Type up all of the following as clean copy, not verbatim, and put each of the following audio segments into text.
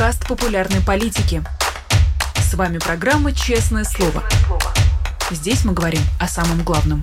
подкаст популярной политики. С вами программа «Честное слово». Здесь мы говорим о самом главном.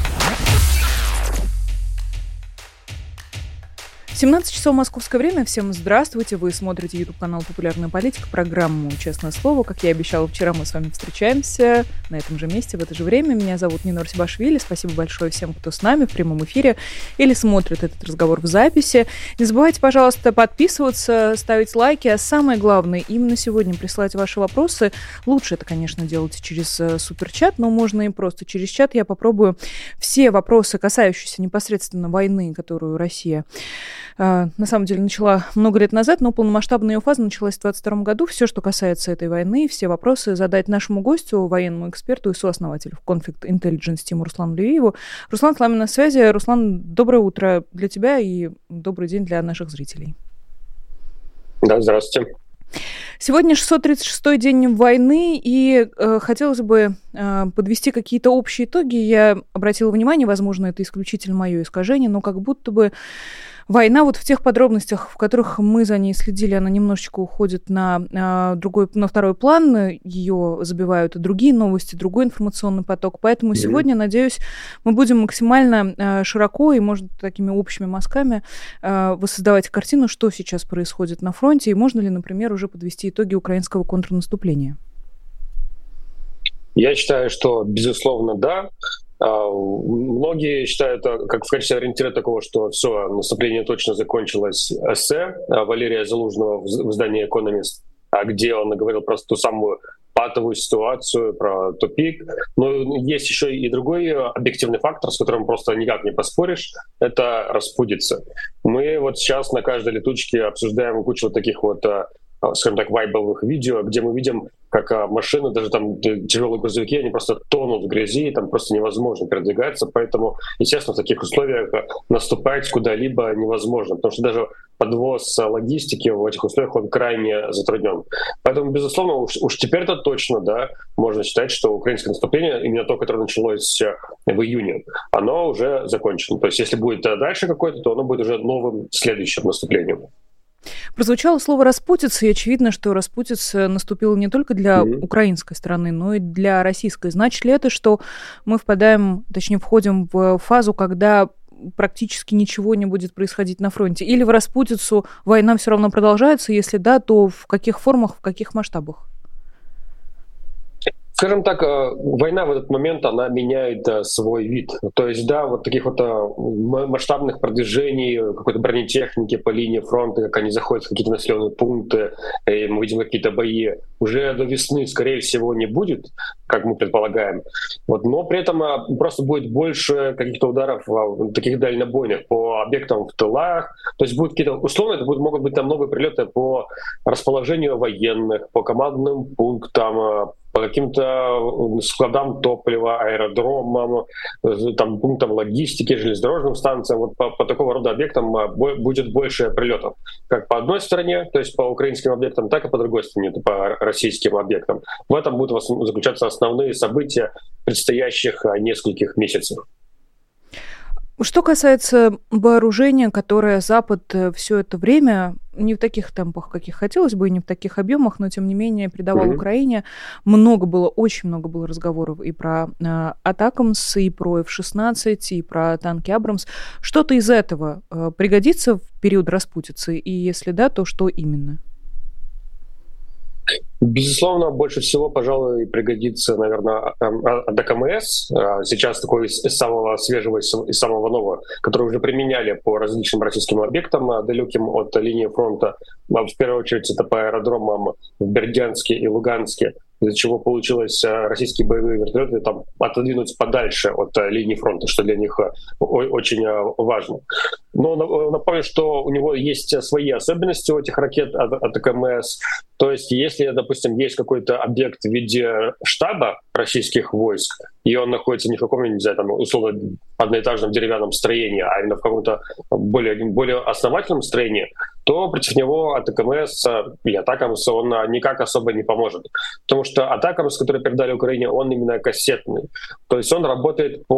17 часов московское время. Всем здравствуйте. Вы смотрите YouTube-канал «Популярная политика», программу «Честное слово». Как я и обещала вчера, мы с вами встречаемся на этом же месте, в это же время. Меня зовут Нина Арсибашвили. Спасибо большое всем, кто с нами в прямом эфире или смотрит этот разговор в записи. Не забывайте, пожалуйста, подписываться, ставить лайки. А самое главное, именно сегодня присылать ваши вопросы. Лучше это, конечно, делать через суперчат, но можно и просто через чат. Я попробую все вопросы, касающиеся непосредственно войны, которую Россия на самом деле начала много лет назад, но полномасштабная ее фаза началась в 2022 году. Все, что касается этой войны, все вопросы задать нашему гостю, военному эксперту и сооснователю Conflict Intelligence Team Руслану Левиеву. Руслан, с нами на связи. Руслан, доброе утро для тебя и добрый день для наших зрителей. Да, здравствуйте. Сегодня 636-й день войны, и хотелось бы подвести какие-то общие итоги. Я обратила внимание, возможно, это исключительно мое искажение, но как будто бы война вот в тех подробностях, в которых мы за ней следили, она немножечко уходит на второй план, ее забивают другие новости, другой информационный поток. Поэтому сегодня, надеюсь, мы будем максимально широко и, может, такими общими мазками воссоздавать картину, что сейчас происходит на фронте, и можно ли, например, уже подвести итоги украинского контрнаступления. Я считаю, что, безусловно, да. Многие считают, как в качестве ориентира такого, что все, наступление точно закончилось, эссе Валерия Залужного в издании «Экономист», где он говорил про ту самую патовую ситуацию, про тупик. Но есть еще и другой объективный фактор, с которым просто никак не поспоришь, это распутица. Мы вот сейчас на каждой летучке обсуждаем кучу вот таких вот, скажем так, вайбовых видео, где мы видим, как машины, даже там тяжелые грузовики, они просто тонут в грязи, и там просто невозможно передвигаться. Поэтому, естественно, в таких условиях наступать куда-либо невозможно, потому что даже подвоз логистики в этих условиях, он крайне затруднен. Поэтому, безусловно, уж теперь-то точно, да, можно считать, что украинское наступление, именно то, которое началось в июне, оно уже закончено. То есть если будет дальше какое-то, то оно будет уже новым следующим наступлением. Прозвучало слово «распутица», и очевидно, что распутица наступила не только для украинской стороны, но и для российской. Значит ли это, что мы входим в фазу, когда практически ничего не будет происходить на фронте? Или в распутицу война все равно продолжается? Если да, то в каких формах, в каких масштабах? Скажем так, война в этот момент, она меняет свой вид. То есть, да, вот таких вот масштабных продвижений, какой-то бронетехники по линии фронта, как они заходят в какие-то населенные пункты, и мы видим какие-то бои, уже до весны, скорее всего, не будет, как мы предполагаем. Вот, но при этом просто будет больше каких-то ударов таких дальнобойных по объектам в тылах. То есть будут какие-то, условно, это могут быть там новые прилеты по расположению военных, по командным пунктам, по каким-то складам топлива, аэродромам, там, пунктам логистики, железнодорожным станциям. Вот по такого рода объектам будет больше прилетов. Как по одной стороне, то есть по украинским объектам, так и по другой стороне, по российским объектам. В этом будут заключаться основные события предстоящих нескольких месяцев. Что касается вооружения, которое Запад все это время, не в таких темпах, каких хотелось бы, и не в таких объемах, но тем не менее придавал Украине, очень много было разговоров и про Атакамс, и про F-16, и про танки Абрамс. Что-то из этого пригодится в период распутицы? И если да, то что именно? Безусловно, больше всего, пожалуй, пригодится, наверное, АТАКМС. Сейчас такой из самого свежего, из самого нового, который уже применяли по различным российским объектам, далеким от линии фронта. В первую очередь это по аэродромам в Бердянске и Луганске, из-за чего получилось российские боевые вертолеты там отодвинуть подальше от линии фронта, что для них очень важно. Но напомню, что у него есть свои особенности у этих ракет АТАКМС. То есть если, допустим, есть какой-то объект в виде штаба российских войск, и он находится не в каком-нибудь, не знаю, там, условно, одноэтажном деревянном строении, а именно в каком-то более основательном строении, то против него АТАКМС или Атакамс он никак особо не поможет. Потому что Атакамс, который передали Украине, он именно кассетный. То есть он работает по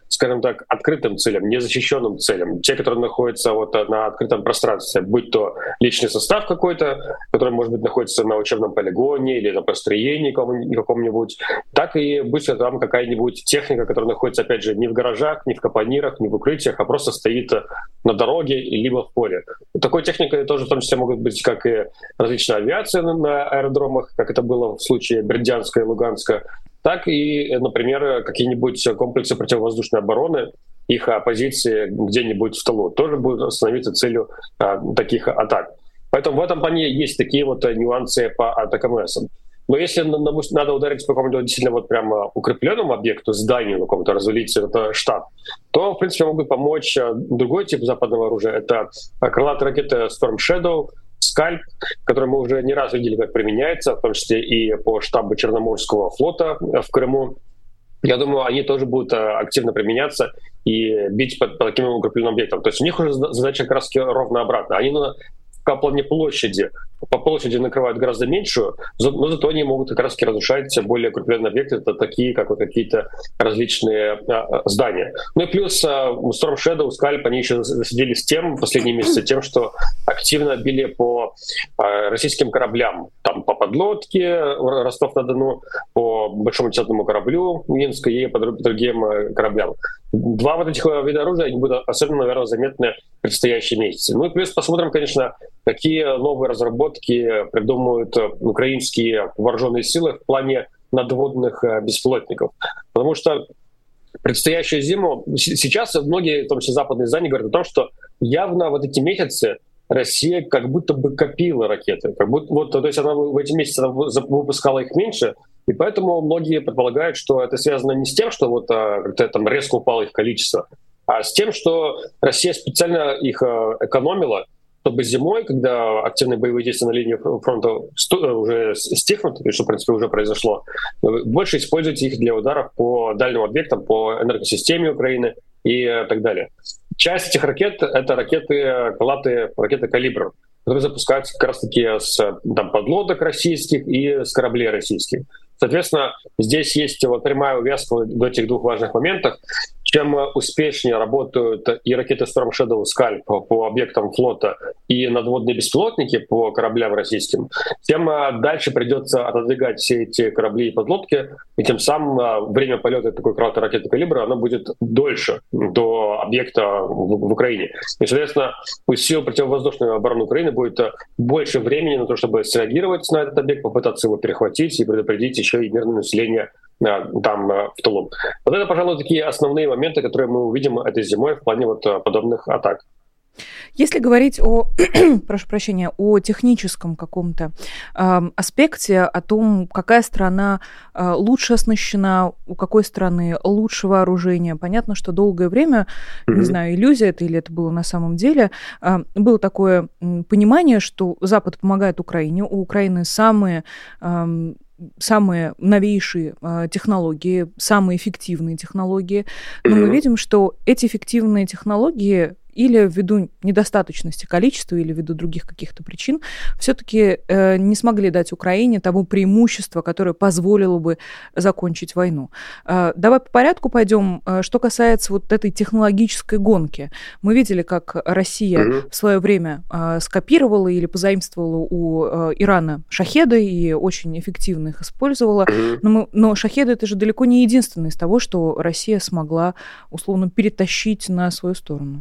скажем так, открытым целям, незащищенным целям, те, которые находятся вот на открытом пространстве, будь то личный состав какой-то, который, может быть, находится на учебном полигоне или на построении каком-нибудь, так и будь то там какая-нибудь техника, которая находится, опять же, не в гаражах, не в капонирах, не в укрытиях, а просто стоит на дороге либо в поле. Такой техникой тоже в том числе могут быть как и различная авиация на аэродромах, как это было в случае Бердянска и Луганска, так и, например, какие-нибудь комплексы противовоздушной обороны, их позиции где-нибудь в тылу тоже будут становиться целью таких атак. Поэтому в этом плане есть такие вот нюансы по АТКМС. Но если надо ударить по какому-то действительно вот прямо укрепленному объекту, зданию какому-то, развалить этот штаб, то, в принципе, могут помочь другой тип западного оружия. Это крылатые ракеты Storm Shadow, Скальп, который мы уже не раз видели, как применяется, в том числе и по штабу Черноморского флота в Крыму. Я думаю, они тоже будут активно применяться и бить по таким укрепленным объектам. То есть у них уже задача как раз ровно обратно. Они по плане площади, по площади накрывают гораздо меньшую, но зато они могут как раз разрушать более укрепленные объекты, это такие, как вот какие-то различные здания. Ну и плюс Storm Shadow, Scalp, они еще засиделись тем, в последние месяцы, тем, что активно били по российским кораблям. Там по подлодке Ростов-на-Дону, по большому десантному кораблю Минска и по другим кораблям. Два вот этих вида оружия, они будут особенно, наверное, заметны в предстоящие месяцы. Ну и плюс посмотрим, конечно, какие новые разработки придумают украинские вооруженные силы в плане надводных беспилотников. Потому что предстоящую зиму, сейчас многие, в том числе западные издания, говорят о том, что явно вот эти месяцы Россия как будто бы копила ракеты. Как будто, вот, то есть она в эти месяцы выпускала их меньше, и поэтому многие предполагают, что это связано не с тем, что вот как-то там резко упало их количество, а с тем, что Россия специально их экономила, чтобы зимой, когда активные боевые действия на линии фронта уже стихнут, что, в принципе, уже произошло, больше использовать их для ударов по дальним объектам, по энергосистеме Украины и так далее. Часть этих ракет — это ракеты, крылатые ракеты «Калибр», которые запускаются как раз-таки с подлодок российских и с кораблей российских. Соответственно, здесь есть вот прямая увязка в этих двух важных моментах. Чем успешнее работают и ракеты Storm Shadow, Scalp по объектам флота и надводные беспилотники по кораблям российским, тем дальше придется отодвигать все эти корабли и подлодки, и тем самым время полета такой крылатой ракеты «Калибра» оно будет дольше до объекта в Украине. И, соответственно, у сил противовоздушной обороны Украины будет больше времени на то, чтобы среагировать на этот объект, попытаться его перехватить и предупредить еще и мирное население там в тылу. Вот это, пожалуй, такие основные моменты, которые мы увидим этой зимой в плане вот подобных атак. Если говорить о, прошу прощения, о техническом каком-то аспекте, о том, какая страна лучше оснащена, у какой страны лучше вооружение, понятно, что долгое время, не знаю, иллюзия это или это было на самом деле, было такое понимание, что Запад помогает Украине, у Украины самые новейшие технологии, самые эффективные технологии, но мы видим, что эти эффективные технологии или ввиду недостаточности количества, или ввиду других каких-то причин, все-таки не смогли дать Украине того преимущества, которое позволило бы закончить войну. Давай по порядку пойдем. Что касается вот этой технологической гонки. Мы видели, как Россия в свое время скопировала или позаимствовала у Ирана шахеды и очень эффективно их использовала. Но шахеды — это же далеко не единственное из того, что Россия смогла условно перетащить на свою сторону.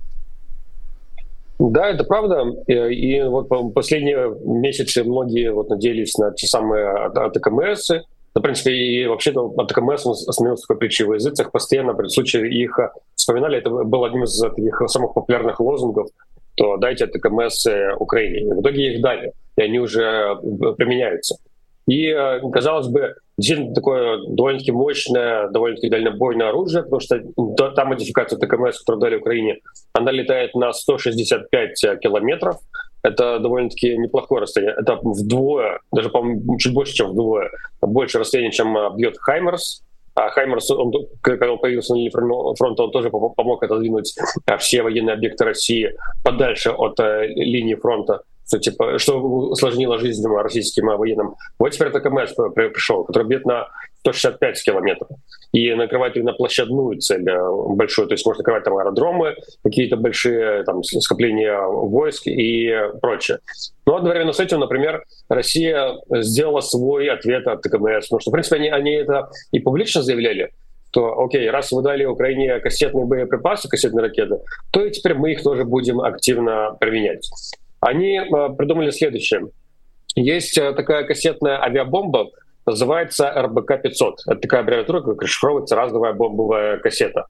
Да, это правда. И вот последние месяцы многие вот надеялись на те самые АТКМС. В принципе, и вообще-то АТКМС становился такой притчей в языцах. Постоянно при случае их вспоминали. Это был одним из таких самых популярных лозунгов, то дайте АТКМС Украине. И в итоге их дали, и они уже применяются. И, казалось бы, действительно такое довольно-таки мощное, довольно-таки дальнобойное оружие, потому что та модификация ТКМС, которую дали Украине, она летает на 165 километров. Это довольно-таки неплохое расстояние. Это вдвое, даже, по-моему, чуть больше, чем вдвое, больше расстояние, чем бьет Хаймерс. А Хаймерс, когда он появился на линии фронта, он тоже помог отодвинуть все военные объекты России подальше от линии фронта. что усложнило жизнь российским военным. Вот теперь АТАКМС пришел, который бьет на 165 километров и накрывает именно площадную цель большую, то есть можно накрывать там аэродромы, какие-то большие там скопления войск и прочее. Но одновременно с этим, например, Россия сделала свой ответ от АТАКМС, потому что, в принципе, они это и публично заявляли, что, окей, раз вы дали Украине кассетные боеприпасы, кассетные ракеты, то и теперь мы их тоже будем активно применять. Они придумали следующее. Есть такая кассетная авиабомба, называется РБК-500. Это такая аббревиатура, как расшифровывается разовая бомбовая кассета.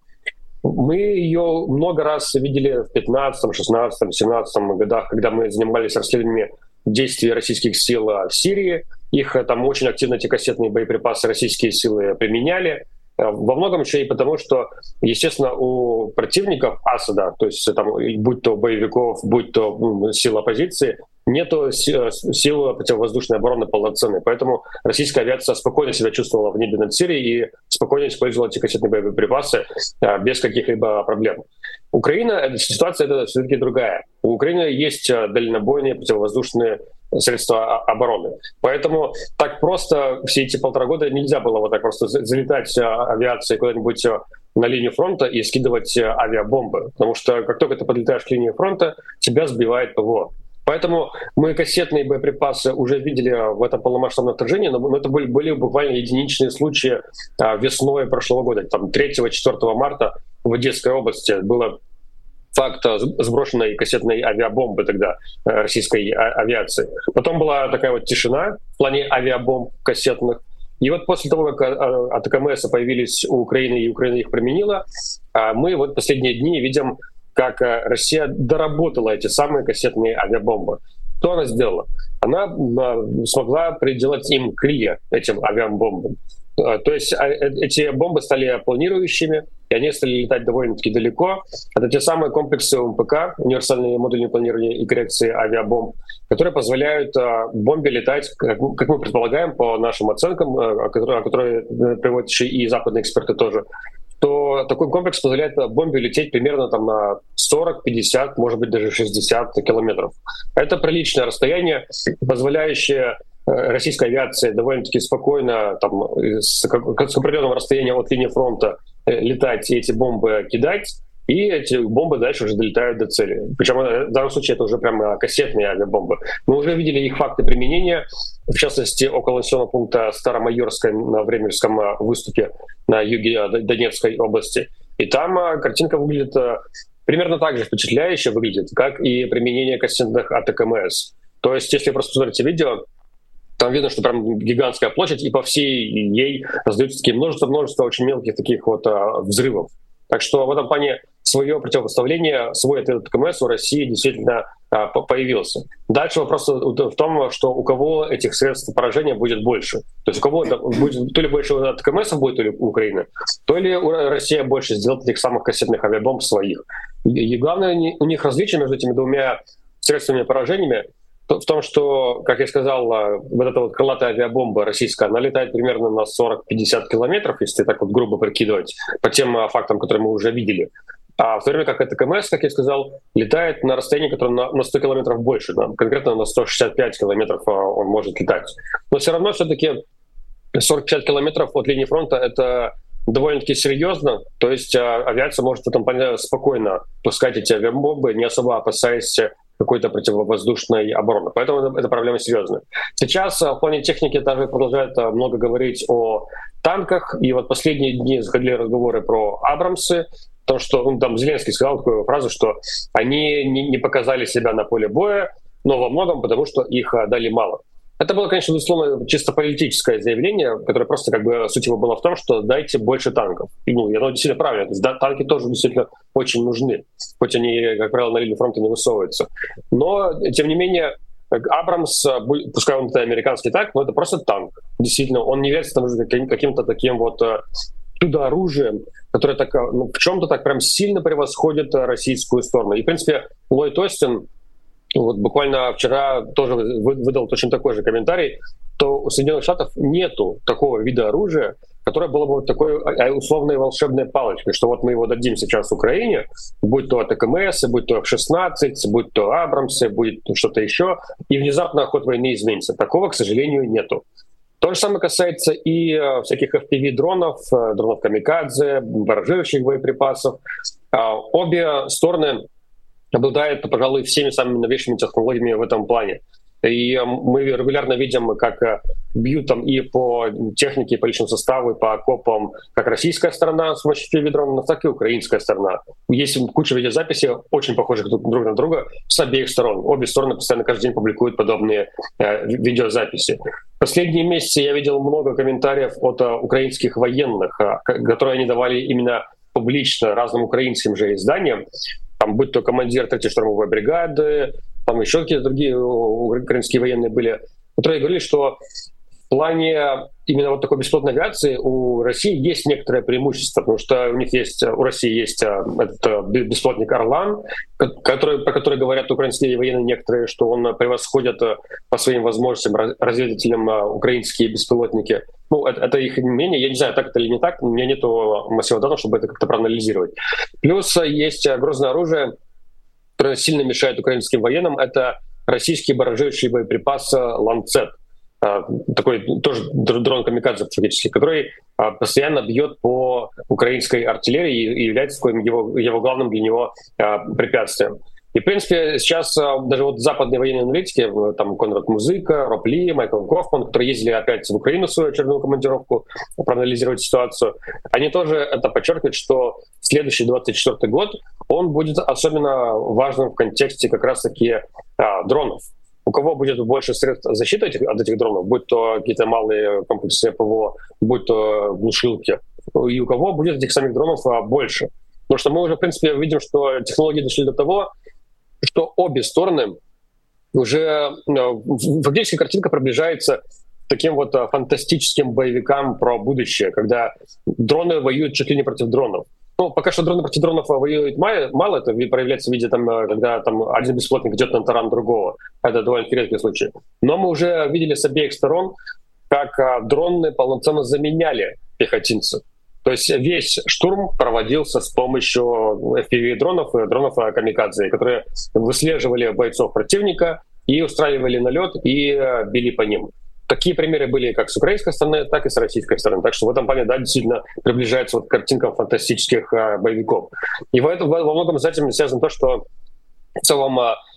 Мы ее много раз видели в 15, 16, 17 годах, когда мы занимались расследованиями действий российских сил в Сирии. Их там очень активно эти кассетные боеприпасы российские силы применяли. Во многом еще и потому, что, естественно, у противников Асада, то есть там, будь то боевиков, будь то сил оппозиции, нету сил противовоздушной обороны полноценной. Поэтому российская авиация спокойно себя чувствовала в небе над Сирией и спокойно использовала эти кассетные боеприпасы без каких-либо проблем. Украина, ситуация это все-таки другая. У Украины есть дальнобойные противовоздушные средства обороны. Поэтому так просто все эти 1,5 года нельзя было вот так просто залетать авиацией куда-нибудь на линию фронта и скидывать авиабомбы. Потому что как только ты подлетаешь к линии фронта, тебя сбивает ПВО. Поэтому мы кассетные боеприпасы уже видели в этом полномасштабном вторжении, но это были буквально единичные случаи весной прошлого года. Там 3-4 марта в Одесской области было факт сброшенной кассетной авиабомбы тогда российской авиации. Потом была такая вот тишина в плане авиабомб кассетных. И вот после того, как АТАКМС появились у Украины, и Украина их применила, мы вот последние дни видим, как Россия доработала эти самые кассетные авиабомбы. Что она сделала? Она смогла приделать им крылья, этим авиабомбам. То есть эти бомбы стали планирующими, и они стали летать довольно-таки далеко. Это те самые комплексы УМПК, универсальные модульные планирования и коррекции авиабомб, которые позволяют бомбе летать, как мы предполагаем, по нашим оценкам, которые приводят еще и западные эксперты тоже, то такой комплекс позволяет бомбе лететь примерно там на 40, 50, может быть, даже 60 километров. Это приличное расстояние, позволяющее российской авиации довольно-таки спокойно там, с определенного расстояния от линии фронта летать и эти бомбы кидать, и эти бомбы дальше уже долетают до цели. Причем в данном случае это уже прямо кассетные авиабомбы. Мы уже видели их факты применения, в частности, около населенного пункта Старомайорская на Времельском выступе на юге Донецкой области. И там картинка выглядит примерно так же впечатляюще выглядит, как и применение кассетных АТАКМС. То есть, если просто посмотрите видео, там видно, что прям гигантская площадь, и по всей ей раздаются такие множество очень мелких таких вот взрывов. Так что в этом плане свое противопоставление, свой ответ АТАКМС у России действительно появился. Дальше вопрос в том, что у кого этих средств поражения будет больше. То есть у кого будет, то ли больше АТАКМС будет, то ли у Украины, то ли Россия больше сделает этих самых кассетных авиабомб своих. И главное у них различие между этими двумя средствами поражениями в том, что, как я сказал, вот эта вот крылатая авиабомба российская, она летает примерно на 40-50 километров, если так вот грубо прикидывать, по тем фактам, которые мы уже видели. А в то время как АТАКМС, как я сказал, летает на расстоянии, которое на 100 километров больше, конкретно на 165 километров он может летать. Но все равно все-таки 45 километров от линии фронта — это довольно-таки серьезно, то есть авиация может в этом плане спокойно пускать эти авиабомбы, не особо опасаясь какой-то противовоздушной обороны. Поэтому эта проблема серьезная. Сейчас в плане техники также продолжают много говорить о танках. И вот последние дни заходили разговоры про Абрамсы. Потому что там Зеленский сказал такую фразу, что они не показали себя на поле боя, но во многом потому, что их дали мало. Это было, конечно, безусловно, чисто политическое заявление, которое просто как бы суть его была в том, что дайте больше танков. И оно действительно правильно. То есть, да, танки тоже действительно очень нужны, хоть они, как правило, на линию фронта не высовываются. Но, тем не менее, Абрамс, пускай он это американский танк, но это просто танк. Действительно, он не является каким-то таким вот чудо-оружием, которое так, в чем-то так прям сильно превосходит российскую сторону. И, в принципе, Ллойд Остин вот буквально вчера тоже выдал точно такой же комментарий, что у Соединенных Штатов нету такого вида оружия, которое было бы вот такой условной волшебной палочкой, что вот мы его дадим сейчас Украине, будь то АТКМС, будь то F-16, будь то Абрамсы, будет что-то еще, и внезапно ход войны изменится. Такого, к сожалению, нету. То же самое касается и всяких FPV-дронов, дронов камикадзе, баражирующих боеприпасов. Обе стороны обладают, пожалуй, всеми самыми новейшими технологиями в этом плане. И мы регулярно видим, как бьют там и по технике, и по личному составу, и по окопам как российская сторона с помощью FPV-дронов, так и украинская сторона. Есть куча видеозаписей, очень похожих друг на друга с обеих сторон. Обе стороны постоянно каждый день публикуют подобные видеозаписи. В последние месяцы я видел много комментариев от украинских военных, которые они давали именно публично разным украинским же изданиям, там, будь то командир 3-й штурмовой бригады, там еще какие-то другие украинские военные были, которые говорили, что в плане именно вот такой беспилотной авиации у России есть некоторое преимущество, потому что у России есть этот беспилотник «Орлан», про который говорят украинские военные некоторые, что он превосходит по своим возможностям разведывателям украинские беспилотники. Ну, это их мнение, я не знаю, так это или не так, у меня нет массива данных, чтобы это как-то проанализировать. Плюс есть грозное оружие, которое сильно мешает украинским военным, это российский баражирующий боеприпас «Ланцет». Такой тоже дрон камикадзе фактически, который постоянно бьет по украинской артиллерии и является его главным для него препятствием. И, в принципе, сейчас даже вот западные военные аналитики, там Конрад Музыка, Роб Ли, Майкл Гофман, которые ездили опять в Украину в свою очередную командировку, проанализировать ситуацию, они тоже это подчеркивают, что следующий 24 год, он будет особенно важным в контексте как раз-таки дронов. У кого будет больше средств защиты от этих дронов, будь то какие-то малые комплексы ПВО, будь то глушилки, и у кого будет этих самих дронов больше. Потому что мы уже, в принципе, видим, что технологии дошли до того, что обе стороны уже... Фактически картинка приближается к таким вот фантастическим боевикам про будущее, когда дроны воюют чуть ли не против дронов. Ну, пока что дроны против дронов воюют мало, это проявляется в виде, когда один беспилотник идет на таран другого. Это довольно редкий случай. Но мы уже видели с обеих сторон, как дроны полноценно заменяли пехотинцев. То есть весь штурм проводился с помощью FPV-дронов и дронов камикадзе, которые выслеживали бойцов противника и устраивали налет и били по ним. Такие примеры были как с украинской стороны, так и с российской стороны. Так что в этом плане, да, действительно приближается вот к картинкам фантастических боевиков. И во многом с этим связано то, что в целом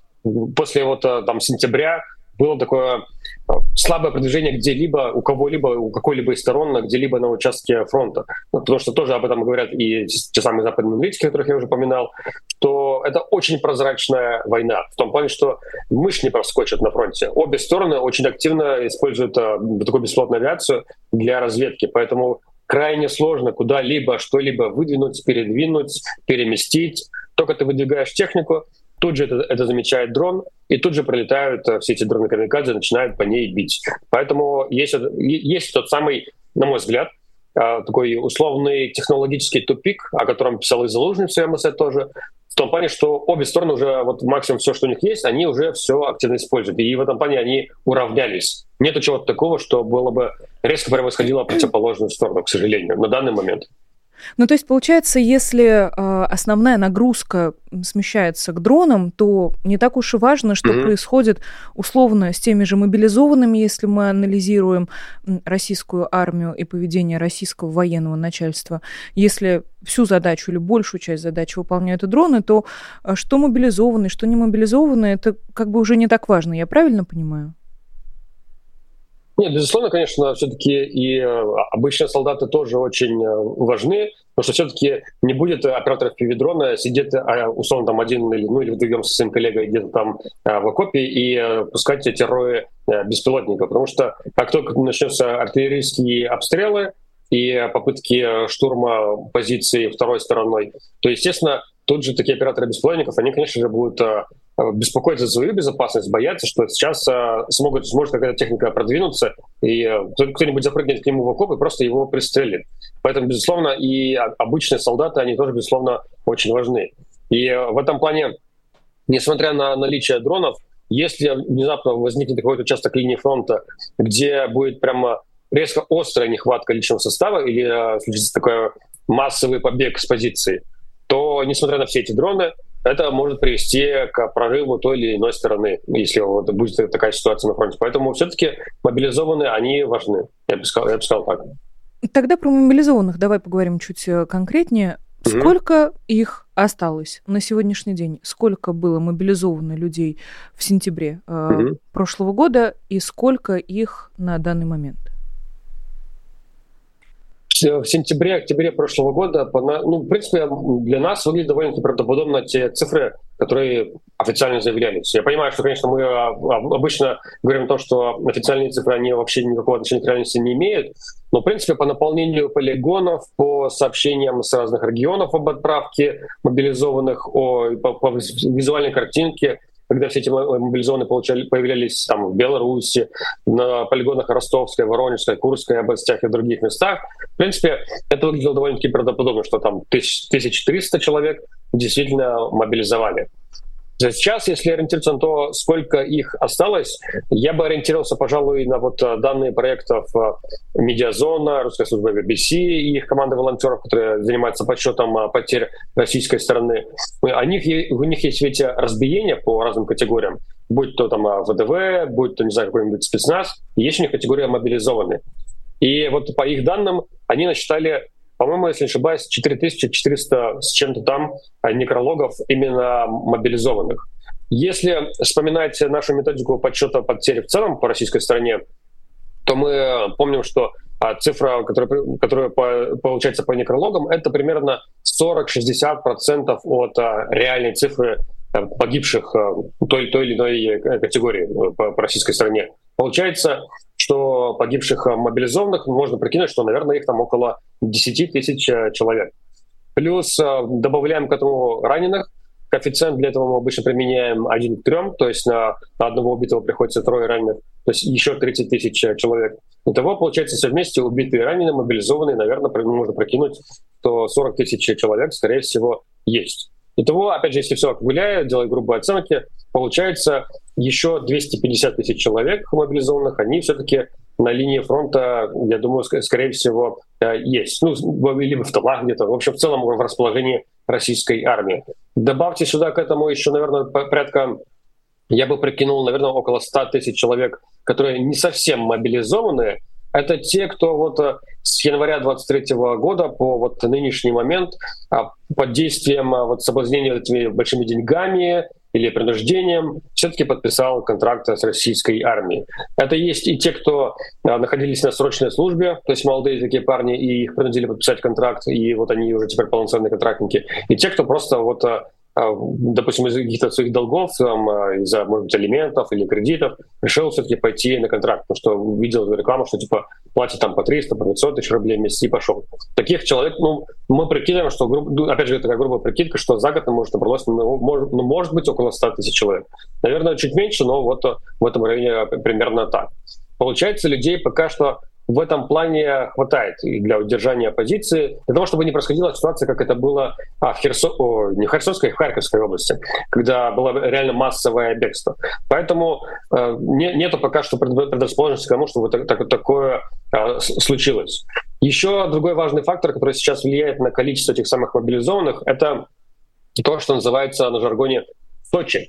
после вот там сентября было такое слабое продвижение где-либо, у кого-либо, у какой-либо из сторон, где-либо на участке фронта. Потому что тоже об этом говорят и те самые западные аналитики, которых я уже упоминал, что это очень прозрачная война. В том плане, что мышь не проскочит на фронте. Обе стороны очень активно используют такую беспилотную авиацию для разведки. Поэтому крайне сложно куда-либо что-либо выдвинуть, передвинуть, переместить. Только ты выдвигаешь технику, тут же это замечает дрон, и тут же пролетают все эти дроны камикадзе, начинают по ней бить. Поэтому есть тот самый, на мой взгляд, такой условный технологический тупик, о котором писал и Залужный в своем эссе тоже, в том плане, что обе стороны уже вот максимум все, что у них есть, они уже все активно используют. И в этом плане они уравнялись. Нету чего-то такого, что было бы резко превосходило противоположную сторону, к сожалению, на данный момент. Ну, то есть, получается, если основная нагрузка смещается к дронам, то не так уж и важно, что происходит условно с теми же мобилизованными, если мы анализируем российскую армию и поведение российского военного начальства. Если всю задачу или большую часть задачи выполняют и дроны, то что мобилизованные, что не мобилизованные, это как бы уже не так важно. Я правильно понимаю? Нет, безусловно, конечно, все-таки и обычные солдаты тоже очень важны, потому что все-таки не будет операторов FPV-дрона сидеть, условно, там один или вдвоем со своим коллегой где-то там в окопе и пускать эти рои беспилотников, потому что как только начнутся артиллерийские обстрелы и попытки штурма позиции второй стороной, то, естественно, тут же такие операторы беспилотников, они, конечно же, будут беспокоиться за свою безопасность, бояться, что сейчас сможет какая-то техника продвинуться, и кто-нибудь запрыгнет к нему в окоп и просто его пристрелит. Поэтому, безусловно, и обычные солдаты, они тоже, безусловно, очень важны. И в этом плане, несмотря на наличие дронов, если внезапно возникнет какой-то участок линии фронта, где будет прямо резко острая нехватка личного состава или случится такой массовый побег с позиции, то, несмотря на все эти дроны, это может привести к прорыву той или иной стороны, если вот будет такая ситуация на фронте. Поэтому все-таки мобилизованные, они важны. Я бы сказал так. Тогда про мобилизованных давай поговорим чуть конкретнее. Сколько их осталось на сегодняшний день? Сколько было мобилизовано людей в сентябре прошлого года и сколько их на данный момент? В сентябре-октябре прошлого года, в принципе, для нас выглядит довольно-таки правдоподобно те цифры, которые официально заявлялись. Я понимаю, что, конечно, мы обычно говорим о том, что официальные цифры, они вообще никакого отношения к реальности не имеют, но, в принципе, по наполнению полигонов, по сообщениям с разных регионов об отправке мобилизованных, по визуальной картинке, когда все эти мобилизованные появлялись там, в Беларуси, на полигонах Ростовской, Воронежской, Курской областях и в других местах, в принципе, это выглядело довольно-таки правдоподобно, что там 1300 человек действительно мобилизовали. Сейчас, если ориентироваться на то, сколько их осталось, я бы ориентировался, пожалуй, на вот данные проектов «Медиазона», русская служба BBC и их команда волонтеров, которые занимаются подсчетом потерь российской стороны. У них есть ведь разбиение по разным категориям, будь то там ВДВ, будь то, не знаю, какой-нибудь спецназ, есть у них категория «мобилизованные». И вот по их данным они насчитали, по-моему, если не ошибаюсь, 4400 с чем-то там некрологов именно мобилизованных. Если вспоминать нашу методику подсчета потерь в целом по российской стороне, то мы помним, что цифра, которая получается по некрологам, это примерно 40-60% от реальной цифры погибших той или иной категории по российской стороне. Получается, что погибших мобилизованных можно прикинуть, что, наверное, их там около 10 тысяч человек. Плюс добавляем к этому раненых. Коэффициент для этого мы обычно применяем 1 к 3, то есть на одного убитого приходится 3 раненых, то есть еще 30 тысяч человек. Итого, получается, все вместе убитые, раненые, мобилизованные, наверное, можно прикинуть, что 40 тысяч человек, скорее всего, есть. Итого, опять же, если все округляя, делая грубые оценки, получается еще 250 тысяч человек мобилизованных, они все-таки на линии фронта, я думаю, скорее всего, есть. Либо в тылах где-то. В общем, в целом в расположении российской армии. Добавьте сюда к этому еще, наверное, порядка, я бы прикинул, наверное, около 100 тысяч человек, которые не совсем мобилизованные. Это те, кто вот с января 2023 года по вот нынешний момент под действием вот соблазнения этими большими деньгами или принуждением все-таки подписал контракт с российской армией. Это есть и те, кто находились на срочной службе, то есть молодые такие парни, и их принудили подписать контракт, и вот они уже теперь полноценные контрактники. И те, кто просто вот, допустим, из каких-то своих долгов, из-за, может быть, алиментов или кредитов, решил все-таки пойти на контракт, потому что увидел рекламу, что типа платит там по 300, по 500 тысяч рублей в месяц и пошел. Таких человек, мы прикидываем, что, опять же, такая грубая прикидка, что за год может набралось, может быть, около 100 тысяч человек. Наверное, чуть меньше, но вот в этом районе примерно так. Получается, людей пока что в этом плане хватает и для удержания позиции, для того, чтобы не происходила ситуация, как это было в Херсонской, в Харьковской области, когда было реально массовое бегство. Поэтому нету пока что предрасположенности к тому, что вот такое случилось. Еще другой важный фактор, который сейчас влияет на количество этих самых мобилизованных, это то, что называется на жаргоне Сочи.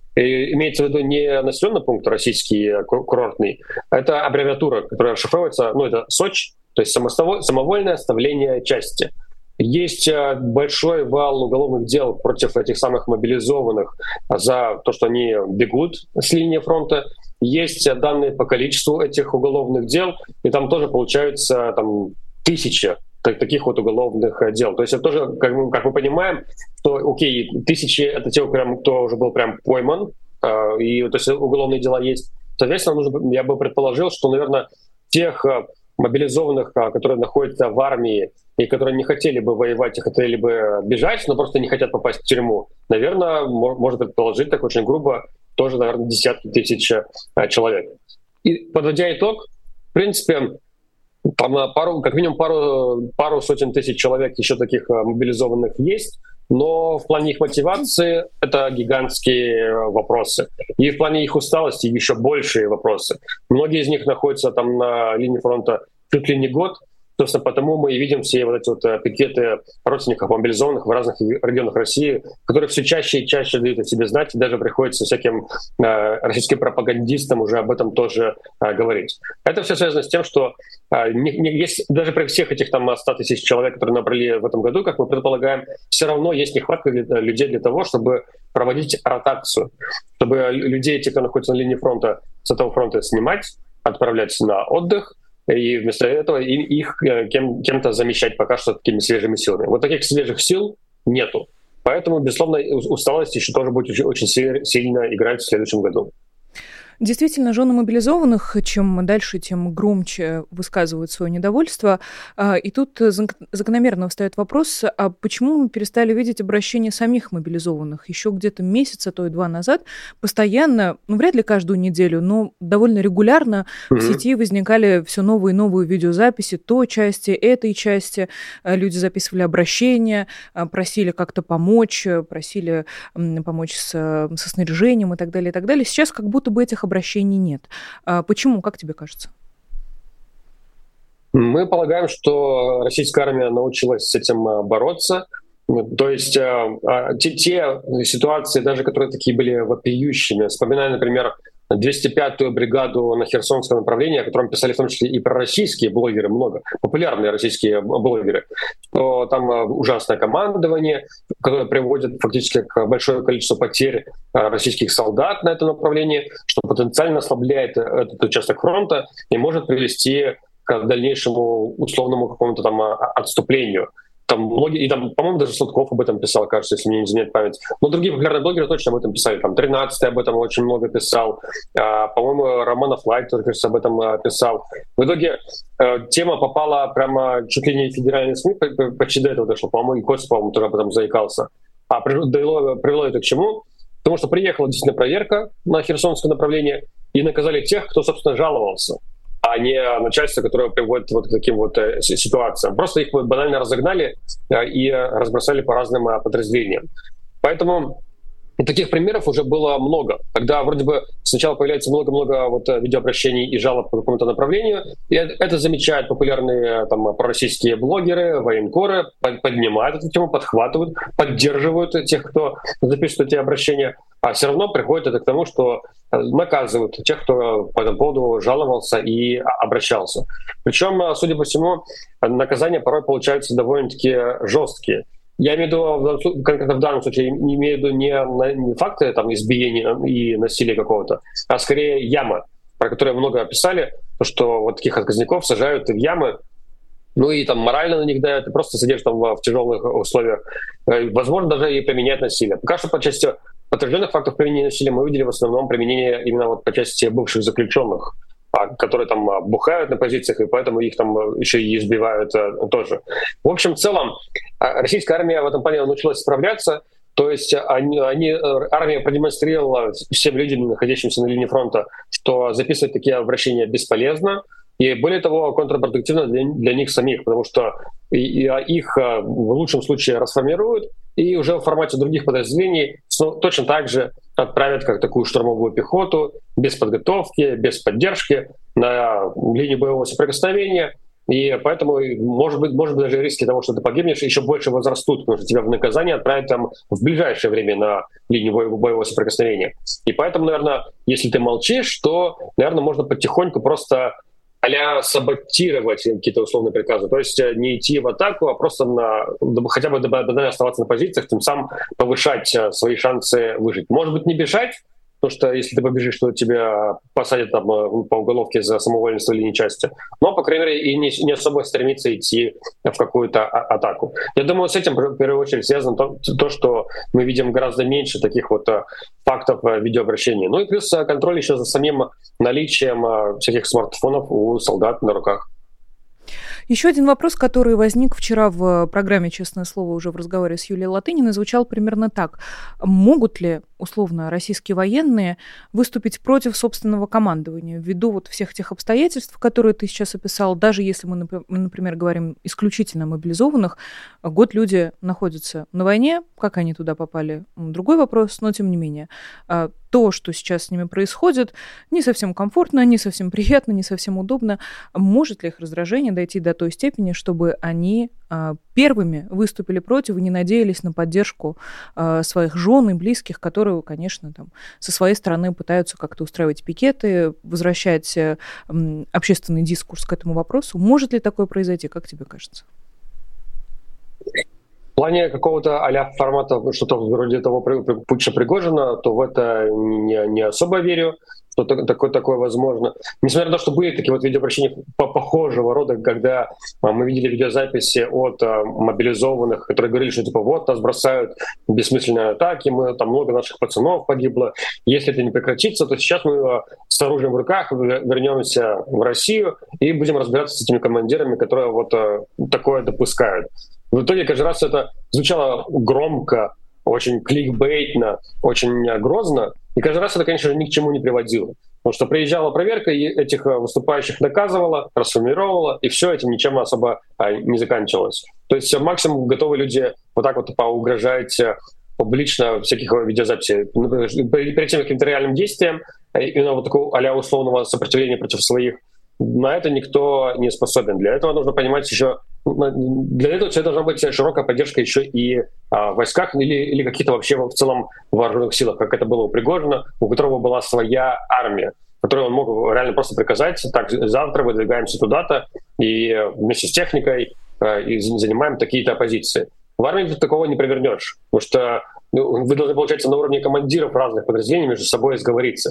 И имеется в виду не населенный пункт российский курортный, это аббревиатура, которая расшифровывается, это Сочи, то есть самовольное оставление части. Есть большой вал уголовных дел против этих самых мобилизованных за то, что они бегут с линии фронта. Есть данные по количеству этих уголовных дел, и там тоже получаются тысячи таких вот уголовных дел. То есть это тоже, как мы понимаем, что, окей, тысячи — это те, кто уже был прям пойман, и то есть уголовные дела есть. Соответственно, я бы предположил, что, наверное, тех мобилизованных, которые находятся в армии и которые не хотели бы воевать, и хотели бы бежать, но просто не хотят попасть в тюрьму, наверное, можно предположить так очень грубо, тоже, наверное, десятки тысяч человек. И подводя итог, в принципе, там как минимум пару сотен тысяч человек еще таких мобилизованных есть, но в плане их мотивации это гигантские вопросы. И в плане их усталости еще большие вопросы. Многие из них находятся там на линии фронта чуть ли не год. Собственно, потому мы и видим все вот эти вот пикеты родственников мобилизованных в разных регионах России, которые все чаще и чаще дают о себе знать, и даже приходится всяким российским пропагандистам уже об этом тоже говорить. Это все связано с тем, что есть, даже при всех этих там 100 тысяч человек, которые набрали в этом году, как мы предполагаем, все равно есть нехватка людей для того, чтобы проводить ротацию, чтобы людей, те, кто находится на линии фронта, с этого фронта снимать, отправлять на отдых, и вместо этого их кем-то замещать пока что такими свежими силами. Вот таких свежих сил нету. Поэтому, безусловно, усталость еще тоже будет очень сильно играть в следующем году. Действительно, жены мобилизованных, чем дальше, тем громче высказывают свое недовольство. И тут закономерно встает вопрос, а почему мы перестали видеть обращение самих мобилизованных? Еще где-то месяц, а то и 2 назад постоянно, вряд ли каждую неделю, но довольно регулярно в сети возникали все новые и новые видеозаписи той части, этой части. Люди записывали обращения, просили как-то помочь, просили помочь со снаряжением и так далее, и так далее. Сейчас как будто бы этих обращений нет. Почему, как тебе кажется? Мы полагаем, что российская армия научилась с этим бороться. То есть те ситуации, даже которые такие были вопиющими, вспоминаю, например, 205-ю бригаду на Херсонском направлении, о котором писали в том числе и пророссийские блогеры, много, популярные российские блогеры, что там ужасное командование, которое приводит фактически к большому количеству потерь российских солдат на этом направлении, что потенциально ослабляет этот участок фронта и может привести к дальнейшему условному какому-то там отступлению. Там многие, и там, по-моему, даже Сладков об этом писал, кажется, если мне не изменяет память. Но другие популярные блогеры точно об этом писали. Там 13-й об этом очень много писал. По-моему, Романов Лайк, кажется, об этом писал. В итоге тема попала прямо чуть ли не в федеральные СМИ, почти до этого дошло. По-моему, и Костя, по-моему, тоже об этом заикался. Привело это к чему? Потому что приехала действительно проверка на Херсонское направление и наказали тех, кто, собственно, жаловался, а не начальство, которое приводит вот к таким вот ситуациям. Просто их банально разогнали и разбросали по разным подразделениям. Поэтому таких примеров уже было много. Когда вроде бы сначала появляется много-много вот видеообращений и жалоб по какому-то направлению, и это замечают популярные там пророссийские блогеры, военкоры, поднимают эту тему, подхватывают, поддерживают тех, кто записывает эти обращения, а все равно приходит это к тому, что наказывают тех, кто по этому поводу жаловался и обращался. Причем, судя по всему, наказания порой получаются довольно-таки жесткие. Я имею в виду, конкретно в данном случае, не имею в виду не факты там, избиения и насилия какого-то, а скорее яма, про которую много описали, что вот таких отказников сажают в ямы, ну и там морально на них давят, и просто содержат там в тяжелых условиях. Возможно, даже и применять насилие. Пока что по части подтвержденных фактов применения насилия мы видели в основном применение именно вот по части бывших заключенных, которые там бухают на позициях, и поэтому их там еще и избивают тоже. В общем, в целом, российская армия в этом плане научилась справляться. То есть армия продемонстрировала всем людям, находящимся на линии фронта, что записывать такие обращения бесполезно, и более того, контрпродуктивно для них самих, потому что их в лучшем случае расформируют, и уже в формате других подразделений точно так же отправят как такую штурмовую пехоту, без подготовки, без поддержки, на линию боевого соприкосновения. И поэтому, может быть, даже риски того, что ты погибнешь, еще больше возрастут, потому что тебя в наказание отправят там в ближайшее время на линию боевого соприкосновения. И поэтому, наверное, если ты молчишь, то, наверное, можно потихоньку просто а-ля саботировать какие-то условные приказы. То есть не идти в атаку, а просто хотя бы оставаться на позициях, тем самым повышать свои шансы выжить. Может быть, не бежать, потому что если ты побежишь, то тебя посадят там по уголовке за самовольность или нечастие. Но, по крайней мере, и не особо стремиться идти в какую-то атаку. Я думаю, с этим в первую очередь связано то, что мы видим гораздо меньше таких вот фактов видеообращения. Ну и плюс контроль еще за самим наличием всяких смартфонов у солдат на руках. Еще один вопрос, который возник вчера в программе «Честное слово» уже в разговоре с Юлией Латыниной, звучал примерно так. Могут ли, условно, российские военные выступить против собственного командования ввиду вот всех тех обстоятельств, которые ты сейчас описал, даже если мы, например, говорим исключительно о мобилизованных, год люди находятся на войне, как они туда попали, другой вопрос, но тем не менее. то, что сейчас с ними происходит, не совсем комфортно, не совсем приятно, не совсем удобно. Может ли их раздражение дойти до той степени, чтобы они первыми выступили против и не надеялись на поддержку своих жен и близких, которые, конечно, там, со своей стороны пытаются как-то устраивать пикеты, возвращать общественный дискурс к этому вопросу? Может ли такое произойти, как тебе кажется? В плане какого-то а-ля формата, что-то вроде того путча Пригожина, то в это не особо верю, что такое возможно. Несмотря на то, что были такие вот видеообращения похожего рода, когда мы видели видеозаписи от мобилизованных, которые говорили, что типа вот нас бросают в бессмысленные атаки, там много наших пацанов погибло. Если это не прекратится, то сейчас мы с оружием в руках вернемся в Россию и будем разбираться с этими командирами, которые вот такое допускают. В итоге каждый раз это звучало громко, очень кликбейтно, очень грозно, и каждый раз это, конечно же, ни к чему не приводило. Потому что приезжала проверка, и этих выступающих наказывала, расформировала, и все этим ничем особо не заканчивалось. То есть максимум готовы люди вот так вот поугрожать публично всяких видеозаписей. Перед тем каким-то реальным действием, именно вот такого а-ля условного сопротивления против своих, на это никто не способен. Для этого нужно понимать еще, для этого должна быть широкая поддержка еще и в войсках или каких-то вообще в целом вооруженных силах, как это было у Пригожина, у которого была своя армия, которую он мог реально просто приказать: так, завтра выдвигаемся туда-то и вместе с техникой и занимаем такие-то позиции. В армии ты такого не провернешь, потому что вы должны, получается, на уровне командиров разных подразделений между собой сговориться.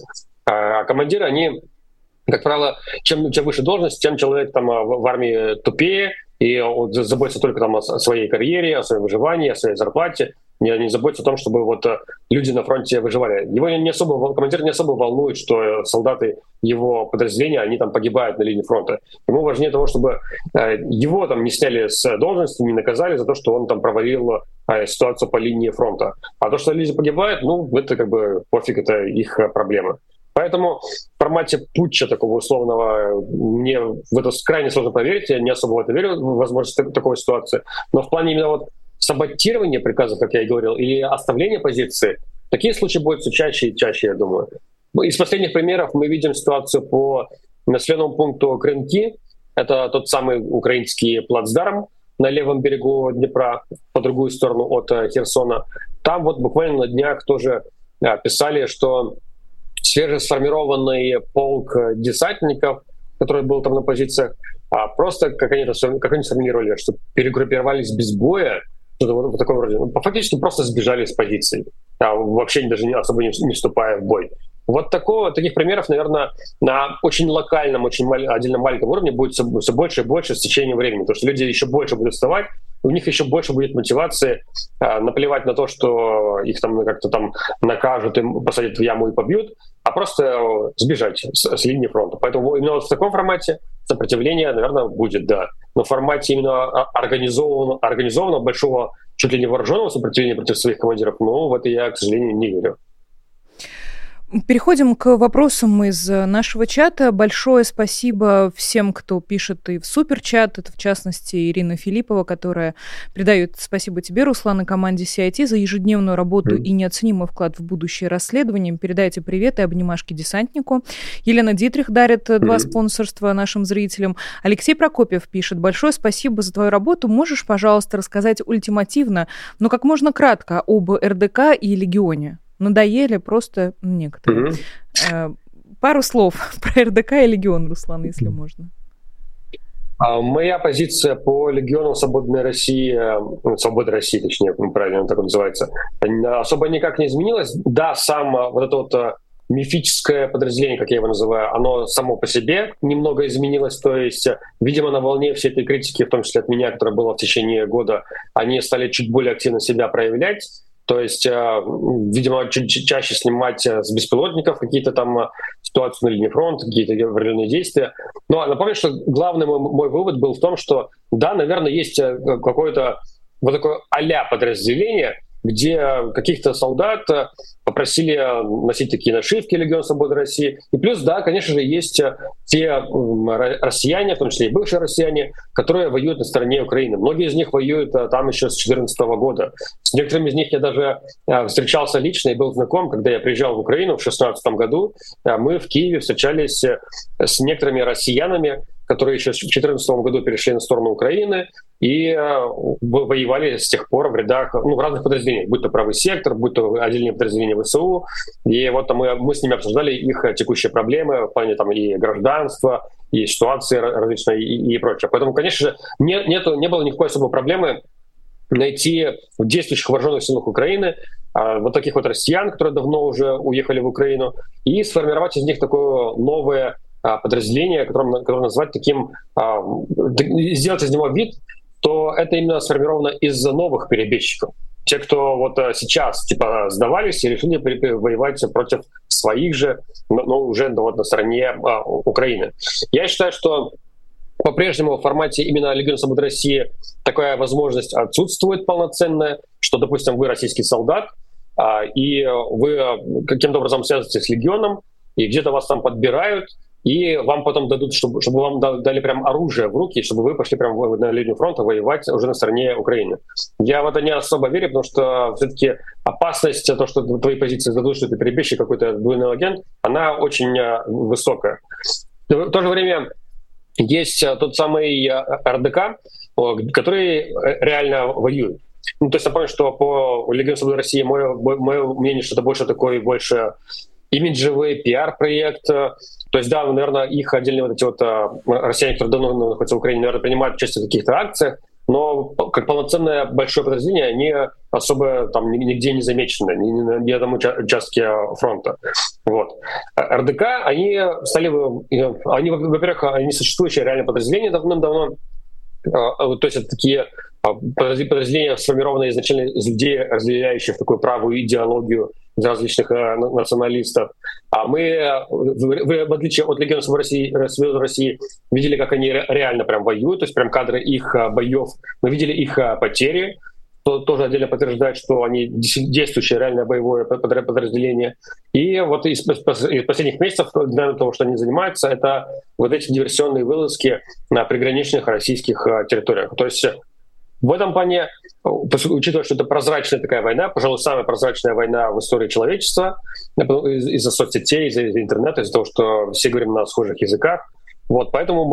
А командиры, они, как правило, чем выше должность, тем человек там в армии тупее и заботится только там о своей карьере, о своем выживании, о своей зарплате, не заботится о том, чтобы вот люди на фронте выживали. Командир не особо волнует, что солдаты его подразделения, они там погибают на линии фронта. Ему важнее того, чтобы его там не сняли с должности, не наказали за то, что он там провалил ситуацию по линии фронта. А то, что люди погибают, это как бы пофиг, это их проблема. Поэтому в формате путча такого условного мне в это крайне сложно поверить, я не особо в это верю, в возможность такой ситуации. Но в плане именно вот саботирования приказов, как я и говорил, или оставления позиции, такие случаи будут все чаще и чаще, я думаю. Из последних примеров мы видим ситуацию по населенному пункту Крынки. Это тот самый украинский плацдарм на левом берегу Днепра, по другую сторону от Херсона. Там вот буквально на днях тоже писали, что свежесформированный полк десантников, который был там на позициях, просто, как они сформулировали, что перегруппировались без боя, что-то вот в таком роде. Фактически просто сбежали с позиций, вообще даже особо не вступая в бой. Вот таких примеров, наверное, на очень локальном, очень отдельном маленьком уровне будет все больше и больше с течением времени, потому что люди еще больше будут вставать, у них еще больше будет мотивации наплевать на то, что их там как-то там накажут, им посадят в яму и побьют, а просто сбежать с линии фронта. Поэтому именно вот в таком формате сопротивление, наверное, будет, да. Но в формате именно организованного большого, чуть ли не вооруженного сопротивления против своих командиров, в это я, к сожалению, не верю. Переходим к вопросам из нашего чата. Большое спасибо всем, кто пишет и в суперчат. Это, в частности, Ирина Филиппова, которая передает спасибо тебе, Руслан, и команде CIT за ежедневную работу и неоценимый вклад в будущее расследование. Передайте привет и обнимашки десантнику. Елена Дитрих дарит 2 спонсорства нашим зрителям. Алексей Прокопьев пишет: большое спасибо за твою работу. Можешь, пожалуйста, рассказать ультимативно, но как можно кратко об РДК и Легионе? Надоели просто некоторые. Пару слов про РДК и Легион, Руслан, если можно. Моя позиция по Легиону Свободной России, точнее, правильно так называется, особо никак не изменилась. Да, сам вот это вот мифическое подразделение, как я его называю, оно само по себе немного изменилось. То есть, видимо, на волне всей этой критики, в том числе от меня, которая была в течение года, они стали чуть более активно себя проявлять. То есть, видимо, чуть чаще снимать с беспилотников какие-то там ситуации на линии фронта, какие-то военные действия. Но напомню, что главный мой вывод был в том, что да, наверное, есть какое-то вот такое а-ля подразделение, где каких-то солдат попросили носить такие нашивки «Легион Свободы России». И плюс, да, конечно же, есть те россияне, в том числе и бывшие россияне, которые воюют на стороне Украины. Многие из них воюют там еще с 2014 года. С некоторыми из них я даже встречался лично и был знаком, когда я приезжал в Украину в 2016 году. Мы в Киеве встречались с некоторыми россиянами, которые еще в 2014 году перешли на сторону Украины и воевали с тех пор в рядах, в разных подразделениях, будь то правый сектор, будь то отдельные подразделения ВСУ. И вот мы с ними обсуждали их текущие проблемы в плане и гражданства, и ситуации различной, и прочее. Поэтому, конечно же, не было никакой особой проблемы найти в действующих вооруженных силах Украины вот таких вот россиян, которые давно уже уехали в Украину, и сформировать из них такое новое подразделение, которое назвать таким, сделать из него вид, то это именно сформировано из новых перебежчиков. Те, кто вот сейчас сдавались и решили воевать против своих же, но уже на стороне Украины. Я считаю, что по-прежнему в формате именно Легиона Свободы России такая возможность отсутствует полноценная, что, допустим, вы российский солдат, и вы каким-то образом связываетесь с Легионом, и где-то вас там подбирают, и вам потом дадут, чтобы вам дали прям оружие в руки, чтобы вы пошли прям на линию фронта воевать уже на стороне Украины. Я в это не особо верю, потому что все-таки опасность, то, что твои позиции сдадут, что ты перебежчик, какой-то двойной агент, она очень высокая. В то же время есть тот самый РДК, который реально воюет. То есть я помню, что по Легиону Свободы России мое мнение, что это больше имиджевый пиар-проект. То есть, да, наверное, их отдельные вот эти вот россияне, которые давно находятся в Украине, наверное, принимают участие в каких-то акциях, но как полноценное большое подразделение они особо там нигде не замечены, ни на одном участке фронта. Вот. РДК, во-первых, они существующие реально подразделения давным-давно, то есть это такие подразделения, сформированные изначально из людей, разделяющих такую правую идеологию из различных националистов. А мы, в отличие от Легиона Свободы России, видели, как они реально прям воюют, то есть прям кадры их боев. Мы видели их потери, что тоже отдельно подтверждает, что они действующее реальное боевое подразделение. И вот из последних месяцев, для того, что они занимаются, это вот эти диверсионные вылазки на приграничных российских территориях. То есть в этом плане, учитывая, что это прозрачная такая война, пожалуй, самая прозрачная война в истории человечества, из-за соцсетей, из-за интернета, из-за того, что все говорим на схожих языках. Вот, поэтому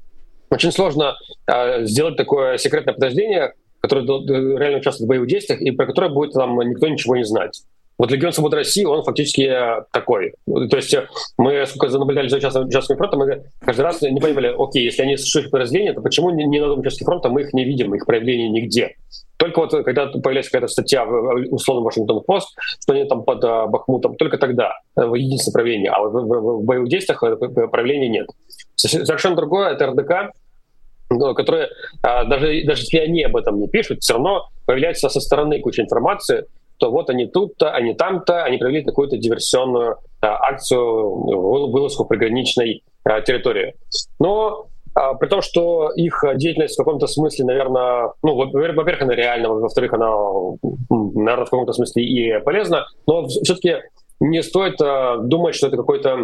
очень сложно сделать такое секретное подразделение, которое реально участвует в боевых действиях, и про которое будет там никто ничего не знать. Вот Легион Свободы России, он фактически такой. То есть мы, сколько наблюдали за участками фронта, мы каждый раз не понимали, окей, если они существуют подразделения, то почему ни на одном участке фронта мы их не видим, их проявления нигде? Только вот когда появляется какая-то статья в условном Вашингтон-Пост, что они там под Бахмутом, только тогда единственное проявление, а в боевых действиях проявления нет. Совершенно другое — это РДК, которые, даже если они об этом не пишут, все равно появляется со стороны куча информации, то вот они тут-то, они там-то, они провели какую-то диверсионную акцию, вылазку в приграничной территории. Но при том, что их деятельность в каком-то смысле, наверное, во-первых, она реальна, во-вторых, она, наверное, в каком-то смысле и полезна, но все-таки не стоит думать, что это какой-то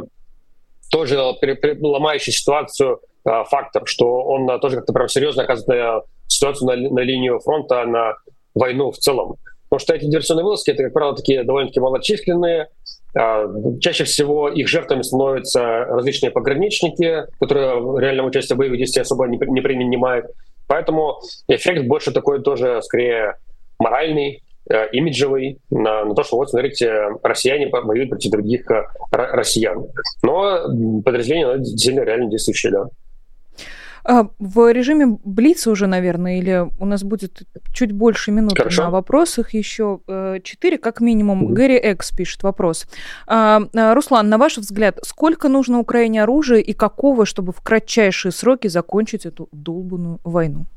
тоже ломающий ситуацию фактор, что он тоже как-то прям серьезно оказывает ситуацию на линию фронта, на войну в целом. Потому что эти диверсионные вылазки — это, как правило, такие довольно-таки малочисленные. Чаще всего их жертвами становятся различные пограничники, которые реального участия в боевых действиях особо не принимают. Поэтому эффект больше такой тоже, скорее, моральный, имиджевый, на то, что вот, смотрите, россияне воюют против других россиян. Но подразделение действительно реально действующее, да. В режиме Блица уже, наверное, или у нас будет чуть больше минуты на вопросах, еще 4 как минимум. Гэри Экс пишет вопрос. Руслан, на ваш взгляд, сколько нужно Украине оружия и какого, чтобы в кратчайшие сроки закончить эту долбанную войну?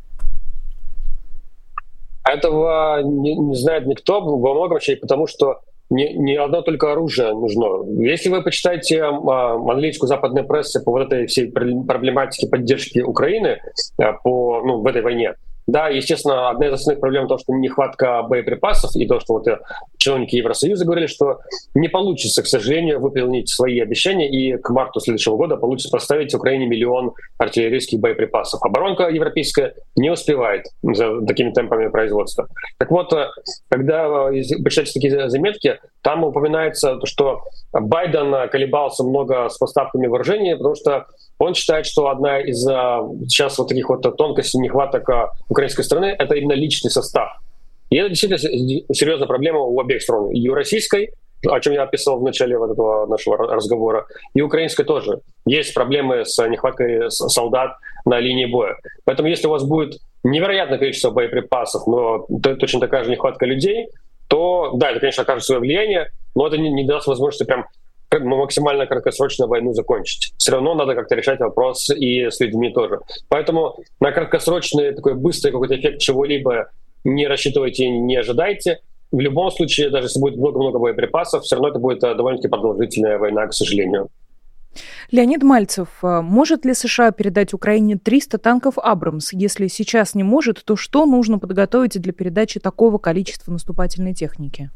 Этого не знает никто, во многом случае, потому что не одно только оружие нужно. Если вы почитаете английскую западную прессу по вот этой всей проблематике поддержки Украины в этой войне, Да, естественно, одна из основных проблем то, что нехватка боеприпасов, и то, что вот чиновники Евросоюза говорили, что не получится, к сожалению, выполнить свои обещания, и к марту следующего года получится поставить Украине 1 миллион артиллерийских боеприпасов. Оборонка европейская не успевает за такими темпами производства. Так вот, когда почитаете такие заметки, там упоминается, что Байден колебался много с поставками вооружений, потому что он считает, что одна из сейчас вот таких вот тонкостей, нехваток украинской стороны — это именно личный состав. И это действительно серьезная проблема у обеих сторон. И у российской, о чем я описывал в начале вот этого нашего разговора, и украинской тоже. Есть проблемы с нехваткой солдат на линии боя. Поэтому если у вас будет невероятное количество боеприпасов, но точно такая же нехватка людей, то да, это, конечно, окажет свое влияние, но это не даст возможности прям максимально краткосрочно войну закончить. Все равно надо как-то решать вопрос и с людьми тоже. Поэтому на краткосрочный такой быстрый какой-то эффект чего-либо не рассчитывайте, не ожидайте. В любом случае, даже если будет много-много боеприпасов, все равно это будет довольно-таки продолжительная война, к сожалению. Леонид Мальцев, может ли США передать Украине 300 танков «Абрамс»? Если сейчас не может, то что нужно подготовить для передачи такого количества наступательной техники?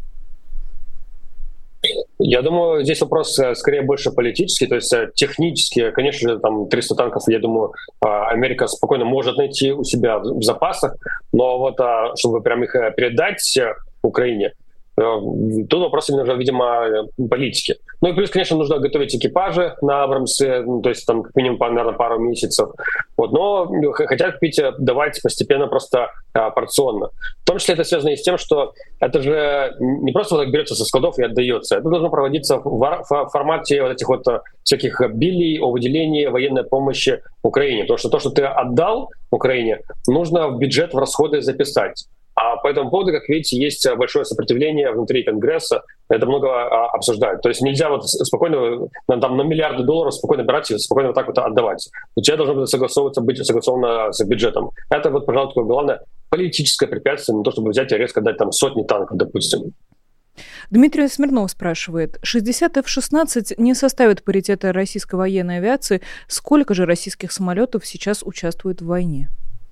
Я думаю, здесь вопрос скорее больше политический, то есть технически, конечно же, там 300 танков, я думаю, Америка спокойно может найти у себя в запасах, но вот чтобы прям их передать Украине, тут вопрос именно уже, видимо, политики. Ну и плюс, конечно, нужно готовить экипажи на Абрамсы, то есть там как минимум, наверное, пару месяцев. Вот, но хотят купить, давать постепенно, просто порционно. В том числе это связано и с тем, что это же не просто вот так берется со складов и отдается. Это должно проводиться в формате вот этих вот всяких билей о выделении военной помощи Украине. Потому что то, что ты отдал Украине, нужно в бюджет, в расходы записать. А по этому поводу, как видите, есть большое сопротивление внутри Конгресса. Это много обсуждают. То есть нельзя вот спокойно там, на миллиарды долларов спокойно брать и спокойно вот так вот отдавать. У тебя должно быть согласовано с бюджетом. Это вот, пожалуй, такое главное политическое препятствие на то, чтобы взять и резко дать там сотни танков, допустим. Дмитрий Смирнов спрашивает. 60 F-16 не составит паритета российской военной авиации. Сколько же российских самолетов сейчас участвует в войне?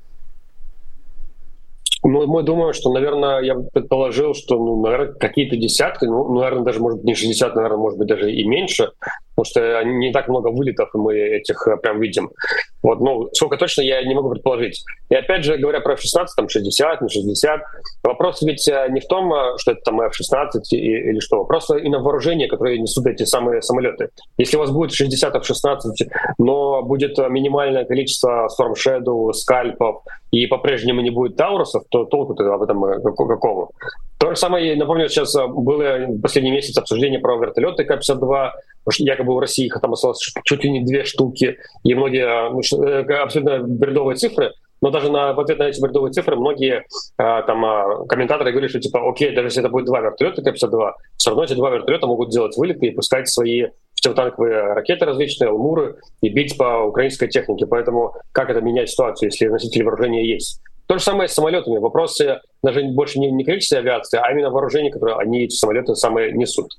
Ну, мы думаем, что, наверное, я предположил, что, наверное, какие-то десятки, наверное, даже, может быть, не 60, наверное, может быть, даже и меньше, потому что не так много вылетов мы этих прям видим. Вот, сколько точно, я не могу предположить. И опять же, говоря про F-16, там 60, не 60, вопрос ведь не в том, что это там F-16 или что, просто и на вооружение, которые несут эти самые самолеты. Если у вас будет 60 F-16, но будет минимальное количество Storm Shadow, скальпов, и по-прежнему не будет Таурусов, то толку-то об этом какого? То же самое, напомню, сейчас было в последний месяц обсуждение про вертолеты К-52, якобы в России их там осталось чуть ли не 2 штуки, и многие абсолютно бредовые цифры, но даже в ответ на эти бредовые цифры многие комментаторы говорили, что типа, окей, даже если это будет 2 вертолета К-52, все равно эти 2 вертолета могут делать вылеты и пускать свои противотанковые ракеты различные, «Алмуры», и бить по украинской технике. Поэтому как это менять ситуацию, если носители вооружения есть? То же самое с самолетами. Вопросы даже больше не количество авиации, а именно вооружение, которое они, эти самолеты, самые несут.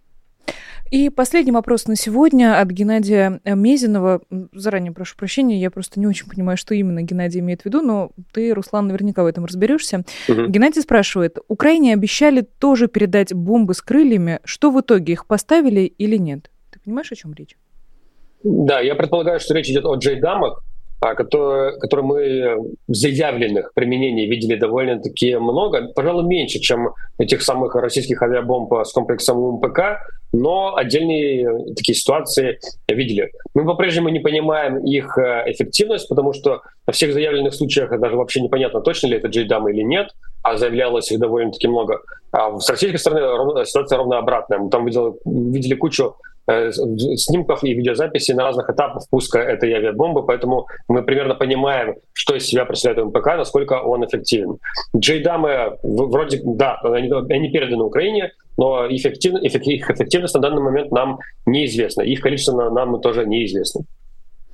И последний вопрос на сегодня от Геннадия Мезенова. Заранее прошу прощения, я просто не очень понимаю, что именно Геннадий имеет в виду, но ты, Руслан, наверняка в этом разберешься. Геннадий спрашивает, Украине обещали тоже передать бомбы с крыльями. Что в итоге, их поставили или нет? Ты понимаешь, о чем речь? Да, я предполагаю, что речь идет о JDAM-ах, которые мы в заявленных применениях видели довольно-таки много, пожалуй, меньше, чем этих самых российских авиабомб с комплексом УМПК, но отдельные такие ситуации видели. Мы по-прежнему не понимаем их эффективность, потому что во всех заявленных случаях даже вообще непонятно, точно ли это JDAM или нет, а заявлялось их довольно-таки много. А с российской стороны ситуация ровно обратная. Мы там видели кучу снимков и видеозаписей на разных этапах пуска этой авиабомбы, поэтому мы примерно понимаем, что из себя представляет МПК, насколько он эффективен. JDAM вроде, да, они переданы Украине, но их эффективность на данный момент нам неизвестна. Их количество нам тоже неизвестно.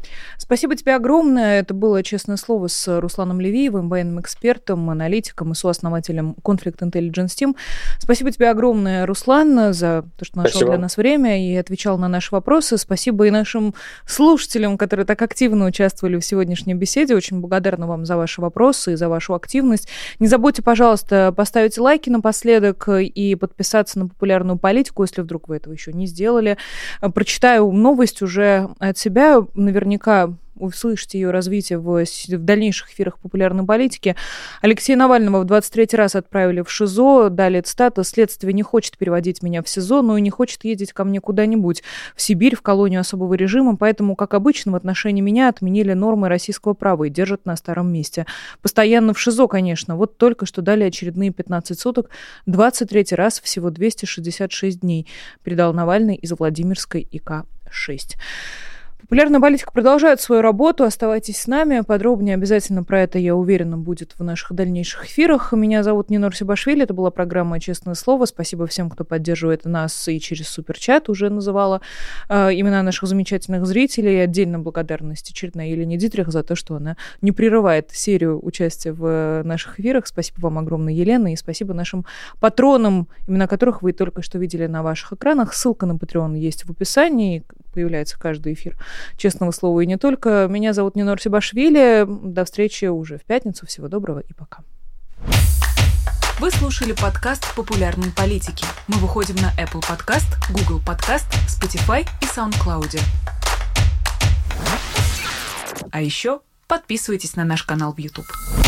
Спасибо тебе огромное. Это было «Честное слово» с Русланом Левиевым, военным экспертом, аналитиком и сооснователем Conflict Intelligence Team. Спасибо тебе огромное, Руслан, за то, что нашел для нас время и отвечал на наши вопросы. Спасибо и нашим слушателям, которые так активно участвовали в сегодняшней беседе. Очень благодарна вам за ваши вопросы и за вашу активность. Не забудьте, пожалуйста, поставить лайки напоследок и подписаться на «Популярную политику», если вдруг вы этого еще не сделали. Прочитаю новость уже от себя. Наверняка услышите ее развитие в дальнейших эфирах «Популярной политики». Алексея Навального в 23-й раз отправили в ШИЗО. Далее цитата: «Следствие не хочет переводить меня в СИЗО, но и не хочет ездить ко мне куда-нибудь в Сибирь, в колонию особого режима, поэтому, как обычно, в отношении меня отменили нормы российского права и держат на старом месте. Постоянно в ШИЗО, конечно. Вот только что дали очередные 15 суток, 23-й раз, всего 266 дней», передал Навальный из Владимирской ИК-6. Популярная политика продолжает свою работу. Оставайтесь с нами. Подробнее обязательно про это, я уверена, будет в наших дальнейших эфирах. Меня зовут Нинор Сибашвили. Это была программа «Честное слово». Спасибо всем, кто поддерживает нас и через суперчат. Уже называла имена наших замечательных зрителей. Отдельно благодарность очередной Елене Дитрих за то, что она не прерывает серию участия в наших эфирах. Спасибо вам огромное, Елена. И спасибо нашим патронам, имена которых вы только что видели на ваших экранах. Ссылка на Patreon есть в описании. Появляется каждый эфир «Честного слова» и не только. Меня зовут Нинор Сибашвили. До встречи уже в пятницу. Всего доброго и пока. Вы слушали подкаст «Популярной политики». Мы выходим на Apple Podcast, Google Podcast, Spotify и SoundCloud. А еще подписывайтесь на наш канал в YouTube.